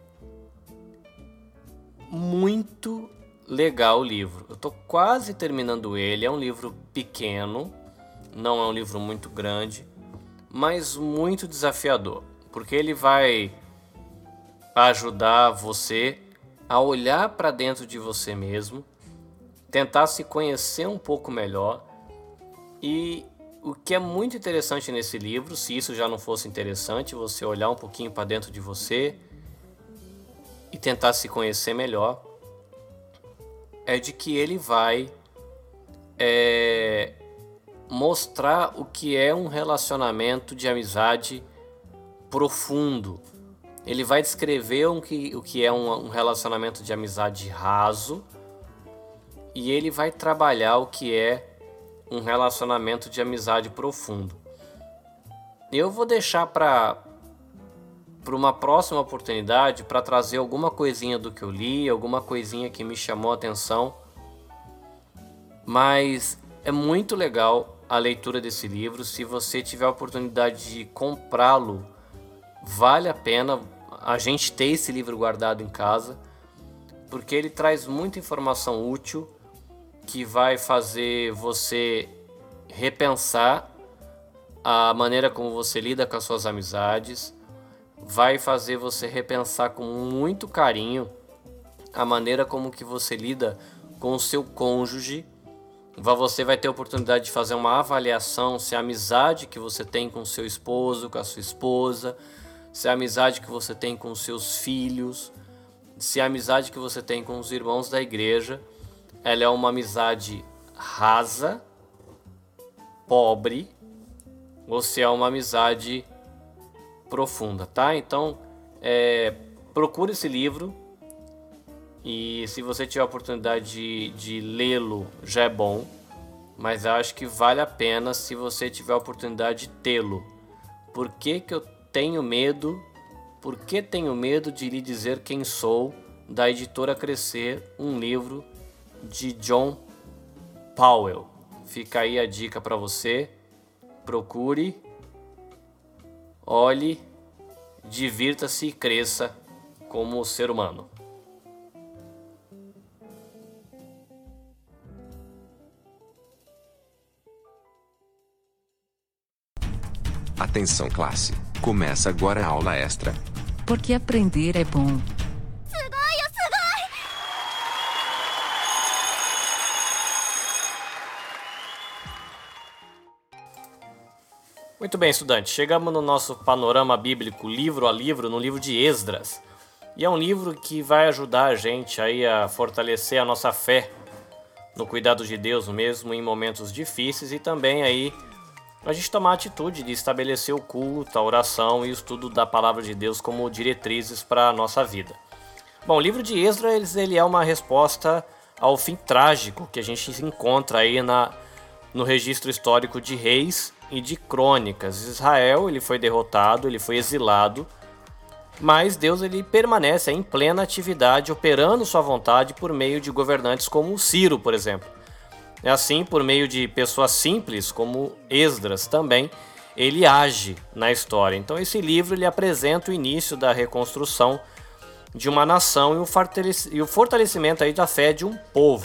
S5: Muito legal o livro. Eu estou quase terminando ele. É um livro pequeno, não é um livro muito grande, mas muito desafiador, porque ele vai ajudar você a olhar para dentro de você mesmo, tentar se conhecer um pouco melhor. E o que é muito interessante nesse livro, se isso já não fosse interessante, você olhar um pouquinho para dentro de você e tentar se conhecer melhor, é de que ele vai mostrar o que é um relacionamento de amizade profundo. Ele vai descrever o que é um relacionamento de amizade raso, e ele vai trabalhar o que é um relacionamento de amizade profundo. Eu vou deixar para uma próxima oportunidade para trazer alguma coisinha do que eu li, alguma coisinha que me chamou a atenção, mas é muito legal a leitura desse livro. Se você tiver a oportunidade de comprá-lo, vale a pena a gente ter esse livro guardado em casa, porque ele traz muita informação útil que vai fazer você repensar a maneira como você lida com as suas amizades, vai fazer você repensar com muito carinho a maneira como que você lida com o seu cônjuge. Você vai ter a oportunidade de fazer uma avaliação se a amizade que você tem com o seu esposo, com a sua esposa, se a amizade que você tem com os seus filhos, se a amizade que você tem com os irmãos da igreja, ela é uma amizade rasa, pobre, ou se é uma amizade profunda, tá? Então, procure esse livro, e se você tiver a oportunidade de lê-lo, já é bom, mas eu acho que vale a pena se você tiver a oportunidade de tê-lo. Por que eu tenho medo? Por que tenho medo de lhe dizer quem sou, da editora Crescer, um livro de John Powell. Fica aí a dica para você. Procure, olhe, divirta-se e cresça como ser humano.
S3: Atenção classe, começa agora a aula extra.
S1: Porque aprender é bom.
S5: Muito bem, estudante, chegamos no nosso panorama bíblico livro a livro, no livro de Esdras. E é um livro que vai ajudar a gente aí a fortalecer a nossa fé no cuidado de Deus mesmo em momentos difíceis, e também aí a gente tomar a atitude de estabelecer o culto, a oração e o estudo da palavra de Deus como diretrizes para a nossa vida. Bom, o livro de Esdras ele é uma resposta ao fim trágico que a gente encontra aí no registro histórico de Reis e de Crônicas. Israel ele foi derrotado, ele foi exilado, mas Deus ele permanece em plena atividade, operando sua vontade por meio de governantes como Ciro, por exemplo. É assim, por meio de pessoas simples como Esdras também, ele age na história. Então esse livro ele apresenta o início da reconstrução de uma nação e o fortalecimento aí da fé de um povo.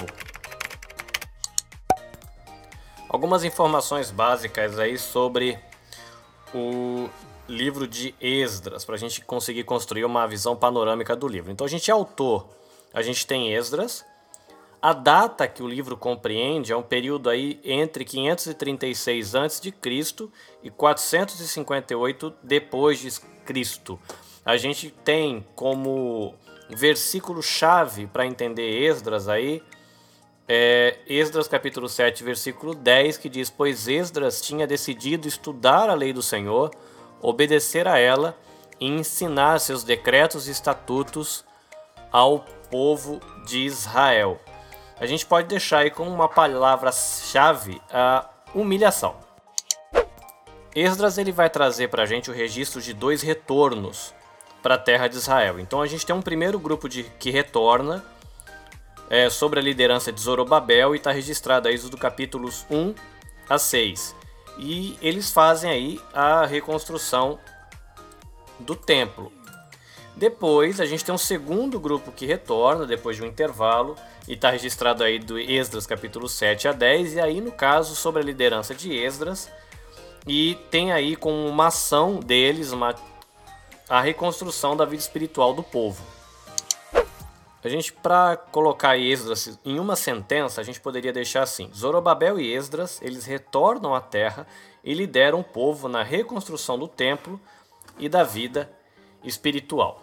S5: Algumas informações básicas aí sobre o livro de Esdras, para a gente conseguir construir uma visão panorâmica do livro. Então a gente é autor, a gente tem Esdras. A data que o livro compreende é um período aí entre 536 a.C. e 458 depois de Cristo. A gente tem como versículo-chave para entender Esdras aí, Esdras capítulo 7, versículo 10, que diz: Pois Esdras tinha decidido estudar a lei do Senhor, obedecer a ela e ensinar seus decretos e estatutos ao povo de Israel. A gente pode deixar aí como uma palavra-chave a humilhação. Esdras ele vai trazer para a gente o registro de 2 retornos para a terra de Israel. Então a gente tem um primeiro grupo que retorna sobre a liderança de Zorobabel, e está registrado aí do capítulos 1 a 6. E eles fazem aí a reconstrução do templo. Depois a gente tem um segundo grupo que retorna depois de um intervalo, e está registrado aí do Esdras capítulo 7 a 10, e aí no caso sobre a liderança de Esdras, e tem aí como uma ação deles a reconstrução da vida espiritual do povo. A gente, para colocar Esdras em uma sentença, a gente poderia deixar assim: Zorobabel e Esdras, eles retornam à terra e lideram o povo na reconstrução do templo e da vida espiritual.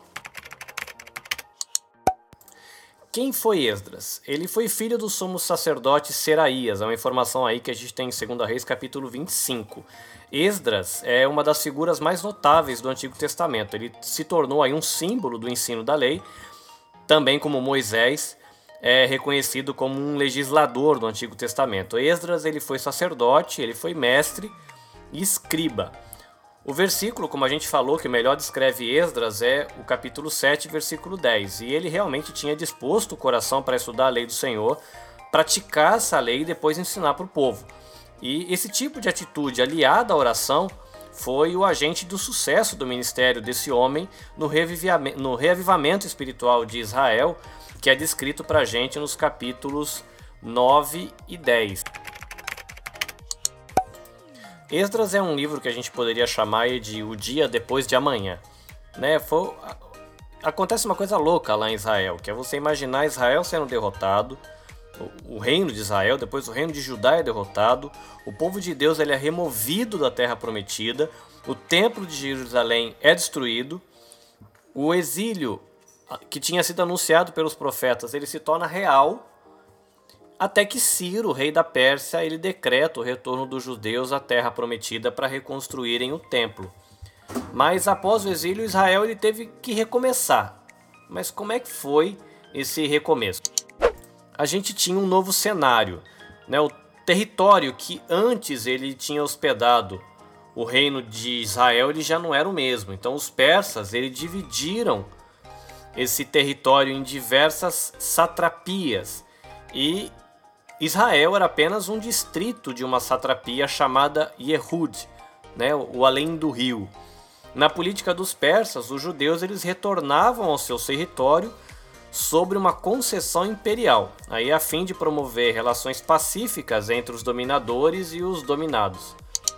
S5: Quem foi Esdras? Ele foi filho do sumo sacerdote Seraías, é uma informação aí que a gente tem em 2 Reis capítulo 25. Esdras é uma das figuras mais notáveis do Antigo Testamento. Ele se tornou aí um símbolo do ensino da lei, também como Moisés é reconhecido como um legislador do Antigo Testamento. Esdras ele foi sacerdote, ele foi mestre e escriba. O versículo, como a gente falou, que melhor descreve Esdras é o capítulo 7, versículo 10. E ele realmente tinha disposto o coração para estudar a lei do Senhor, praticar essa lei e depois ensinar para o povo. E esse tipo de atitude aliada à oração foi o agente do sucesso do ministério desse homem no reavivamento espiritual de Israel, que é descrito para a gente nos capítulos 9 e 10. Esdras é um livro que a gente poderia chamar de O Dia Depois de Amanhã. Acontece uma coisa louca lá em Israel, que é você imaginar Israel sendo derrotado, o reino de Israel, depois o reino de Judá é derrotado, o povo de Deus ele é removido da terra prometida, o templo de Jerusalém é destruído, o exílio que tinha sido anunciado pelos profetas ele se torna real, até que Ciro, rei da Pérsia, ele decreta o retorno dos judeus à terra prometida para reconstruírem o templo. Mas após o exílio, Israel ele teve que recomeçar. Mas como é que foi esse recomeço? A gente tinha um novo cenário, né? O território que antes ele tinha hospedado o reino de Israel ele já não era o mesmo. Então os persas ele dividiram esse território em diversas satrapias e Israel era apenas um distrito de uma satrapia chamada Yehud, né, o além do rio. Na política dos persas, os judeus eles retornavam ao seu território sobre uma concessão imperial, aí a fim de promover relações pacíficas entre os dominadores e os dominados.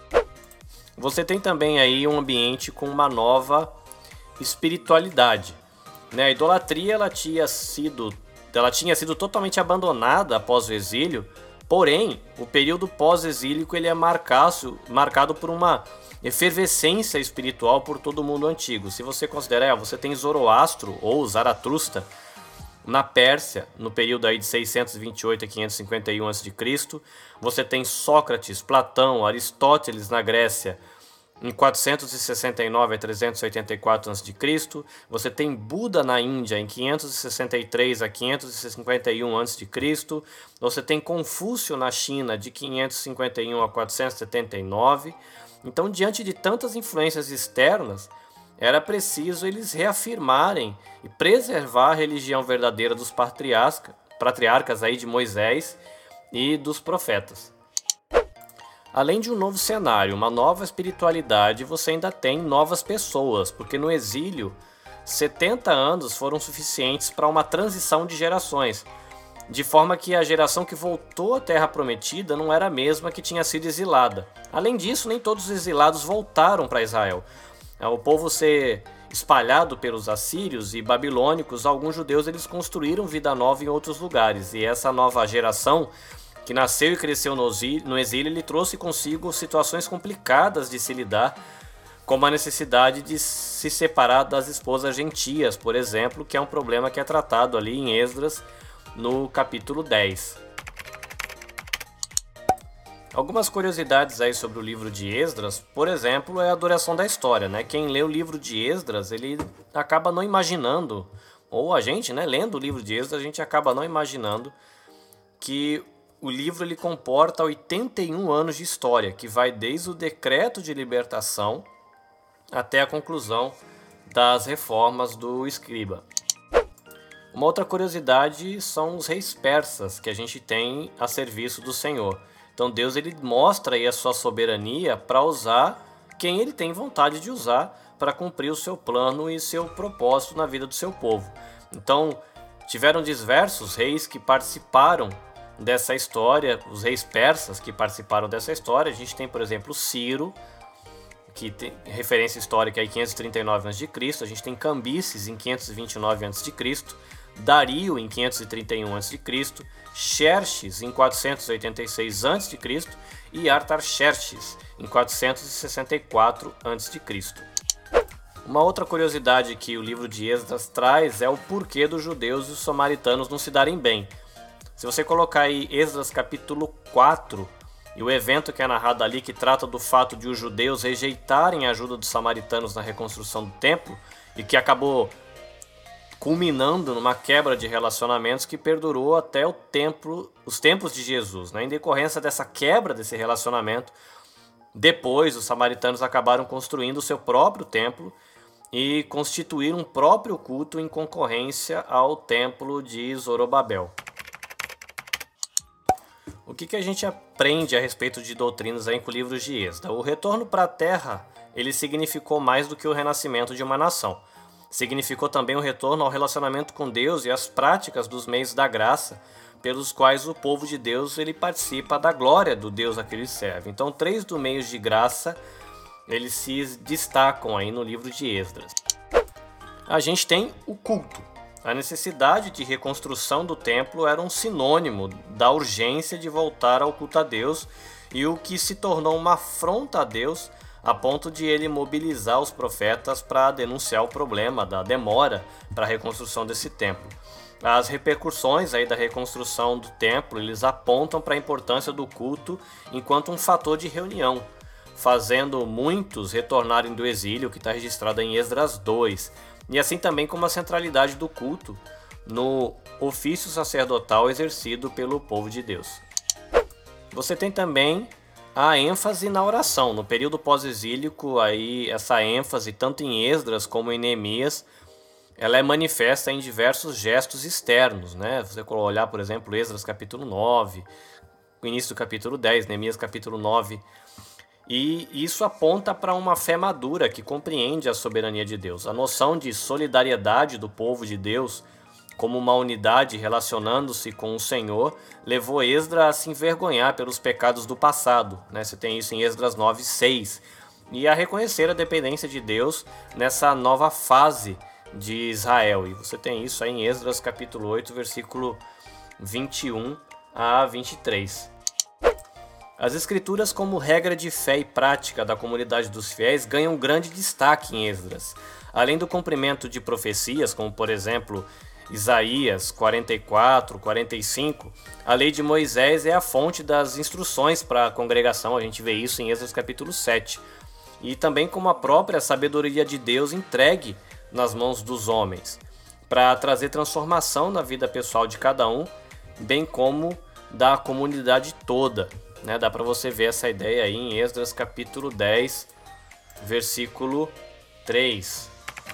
S5: Você tem também aí um ambiente com uma nova espiritualidade, né? A idolatria ela tinha sido totalmente abandonada após o exílio, porém, o período pós-exílico ele é marcado por uma efervescência espiritual por todo o mundo antigo. Se você considerar, você tem Zoroastro ou Zaratrusta na Pérsia, no período aí de 628 a 551 a.C., você tem Sócrates, Platão, Aristóteles na Grécia, em 469 a 384 a.C., você tem Buda na Índia em 563 a 551 a.C., você tem Confúcio na China de 551 a 479. Então, diante de tantas influências externas, era preciso eles reafirmarem e preservar a religião verdadeira dos patriarcas aí de Moisés e dos profetas. Além de um novo cenário, uma nova espiritualidade, você ainda tem novas pessoas, porque no exílio, 70 anos foram suficientes para uma transição de gerações, de forma que a geração que voltou à Terra Prometida não era a mesma que tinha sido exilada. Além disso, nem todos os exilados voltaram para Israel. O povo ser espalhado pelos assírios e babilônicos, alguns judeus eles construíram vida nova em outros lugares, e essa nova geração que nasceu e cresceu no exílio, ele trouxe consigo situações complicadas de se lidar, como a necessidade de se separar das esposas gentias, por exemplo, que é um problema que é tratado ali em Esdras, no capítulo 10. Algumas curiosidades aí sobre o livro de Esdras, por exemplo, é a duração da história, né? Quem lê o livro de Esdras, ele acaba não imaginando, ou a gente, né, lendo o livro de Esdras, a gente acaba não imaginando que o livro ele comporta 81 anos de história, que vai desde o decreto de libertação até a conclusão das reformas do escriba. Uma outra curiosidade são os reis persas que a gente tem a serviço do Senhor. Então Deus ele mostra aí a sua soberania para usar quem ele tem vontade de usar para cumprir o seu plano e seu propósito na vida do seu povo. Então, tiveram diversos reis que participaram dessa história, os reis persas que participaram dessa história. A gente tem, por exemplo, Ciro, que tem referência histórica em 539 a.C., a gente tem Cambises em 529 a.C., Dario em 531 a.C., Xerxes em 486 a.C. e Artaxerxes em 464 a.C. Uma outra curiosidade que o livro de Esdras traz é o porquê dos judeus e os samaritanos não se darem bem. Se você colocar aí Esdras capítulo 4 e o evento que é narrado ali, que trata do fato de os judeus rejeitarem a ajuda dos samaritanos na reconstrução do templo e que acabou culminando numa quebra de relacionamentos que perdurou até os tempos de Jesus. Em decorrência dessa quebra desse relacionamento, depois os samaritanos acabaram construindo o seu próprio templo e constituíram um próprio culto em concorrência ao templo de Zorobabel. O que a gente aprende a respeito de doutrinas aí com o livro de Êxodo? O retorno para a terra, ele significou mais do que o renascimento de uma nação. Significou também o retorno ao relacionamento com Deus e às práticas dos meios da graça, pelos quais o povo de Deus ele participa da glória do Deus a que ele serve. Então, 3 dos meios de graça, eles se destacam aí no livro de Esdras. A gente tem o culto. A necessidade de reconstrução do templo era um sinônimo da urgência de voltar ao culto a Deus e o que se tornou uma afronta a Deus a ponto de ele mobilizar os profetas para denunciar o problema da demora para a reconstrução desse templo. As repercussões aí da reconstrução do templo, eles apontam para a importância do culto enquanto um fator de reunião, fazendo muitos retornarem do exílio, que está registrado em Esdras 2, e assim também como a centralidade do culto no ofício sacerdotal exercido pelo povo de Deus. Você tem também a ênfase na oração. No período pós-exílico, aí essa ênfase, tanto em Esdras como em Neemias, ela é manifesta em diversos gestos externos, Você olhar, por exemplo, Esdras capítulo 9, o início do capítulo 10, Neemias capítulo 9, e isso aponta para uma fé madura que compreende a soberania de Deus. A noção de solidariedade do povo de Deus como uma unidade relacionando-se com o Senhor levou Esdras a se envergonhar pelos pecados do passado. Você tem isso em Esdras 9:6. E a reconhecer a dependência de Deus nessa nova fase de Israel. E você tem isso aí em Esdras capítulo 8, versículo 21 a 23. As escrituras como regra de fé e prática da comunidade dos fiéis ganham grande destaque em Esdras. Além do cumprimento de profecias, como por exemplo Isaías 44, 45, a lei de Moisés é a fonte das instruções para a congregação, a gente vê isso em Esdras capítulo 7. E também como a própria sabedoria de Deus entregue nas mãos dos homens, para trazer transformação na vida pessoal de cada um, bem como da comunidade toda. Dá para você ver essa ideia aí em Esdras capítulo 10, versículo 3.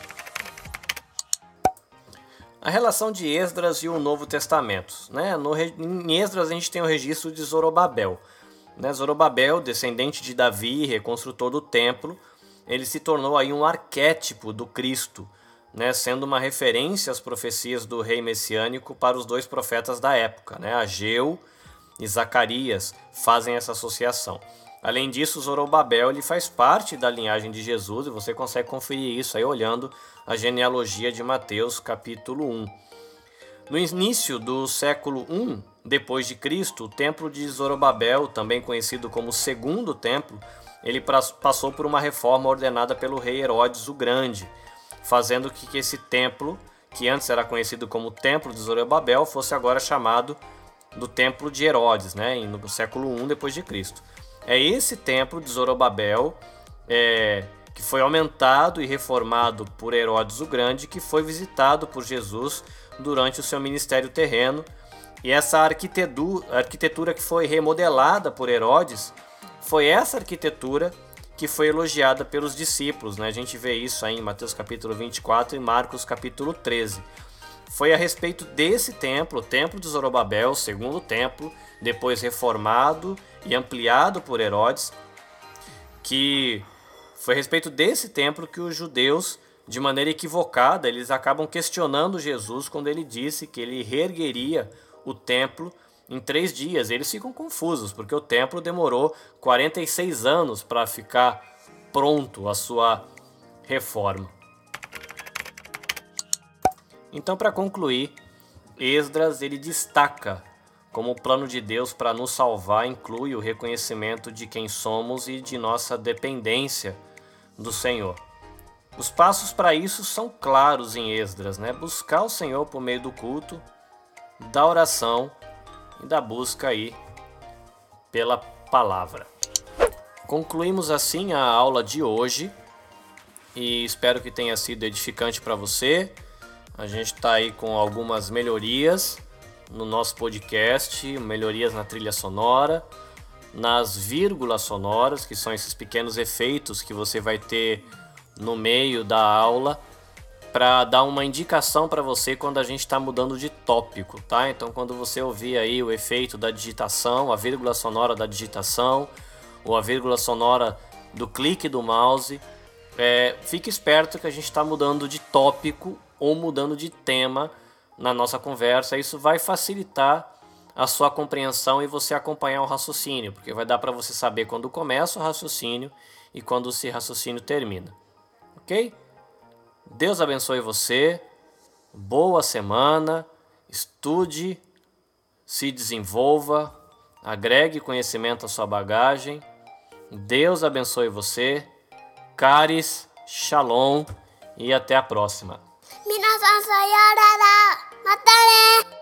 S5: A relação de Esdras e o Novo Testamento. Em Esdras a gente tem o registro de Zorobabel. Zorobabel, descendente de Davi, reconstrutor do templo, ele se tornou aí um arquétipo do Cristo, sendo uma referência às profecias do rei messiânico para os 2 profetas da época, Ageu e Zacarias fazem essa associação. Além disso, Zorobabel ele faz parte da linhagem de Jesus e você consegue conferir isso aí olhando a genealogia de Mateus capítulo 1. No início do século I depois de Cristo, o templo de Zorobabel, também conhecido como Segundo Templo, ele passou por uma reforma ordenada pelo rei Herodes o Grande, fazendo que esse templo, que antes era conhecido como Templo de Zorobabel, fosse agora chamado do Templo de Herodes, no século I depois de Cristo. É esse templo de Zorobabel que foi aumentado e reformado por Herodes o Grande, que foi visitado por Jesus durante o seu ministério terreno. E essa arquitetura que foi remodelada por Herodes, foi essa arquitetura que foi elogiada pelos discípulos. A gente vê isso aí em Mateus capítulo 24 e Marcos capítulo 13. Foi a respeito desse templo, o templo de Zorobabel, o segundo templo, depois reformado e ampliado por Herodes, que Foi a respeito desse templo que os judeus, de maneira equivocada, eles acabam questionando Jesus quando ele disse que ele reergueria o templo em 3 dias. Eles ficam confusos, porque o templo demorou 46 anos para ficar pronto a sua reforma. Então, para concluir, Esdras ele destaca como o plano de Deus para nos salvar inclui o reconhecimento de quem somos e de nossa dependência do Senhor. Os passos para isso são claros em Esdras, né? Buscar o Senhor por meio do culto, da oração e da busca aí pela palavra. Concluímos assim a aula de hoje e espero que tenha sido edificante para você. A gente está aí com algumas melhorias no nosso podcast, melhorias na trilha sonora, nas vírgulas sonoras, que são esses pequenos efeitos que você vai ter no meio da aula, para dar uma indicação para você quando a gente está mudando de tópico, tá? Então, quando você ouvir aí o efeito da digitação, a vírgula sonora da digitação, ou a vírgula sonora do clique do mouse, fique esperto que a gente está mudando de tópico ou mudando de tema na nossa conversa. Isso vai facilitar a sua compreensão e você acompanhar o raciocínio, porque vai dar para você saber quando começa o raciocínio e quando esse raciocínio termina. Ok? Deus abençoe você, boa semana, estude, se desenvolva, agregue conhecimento à sua bagagem. Deus abençoe você, caris, shalom e até a próxima.
S7: 皆さんさようなら。またね。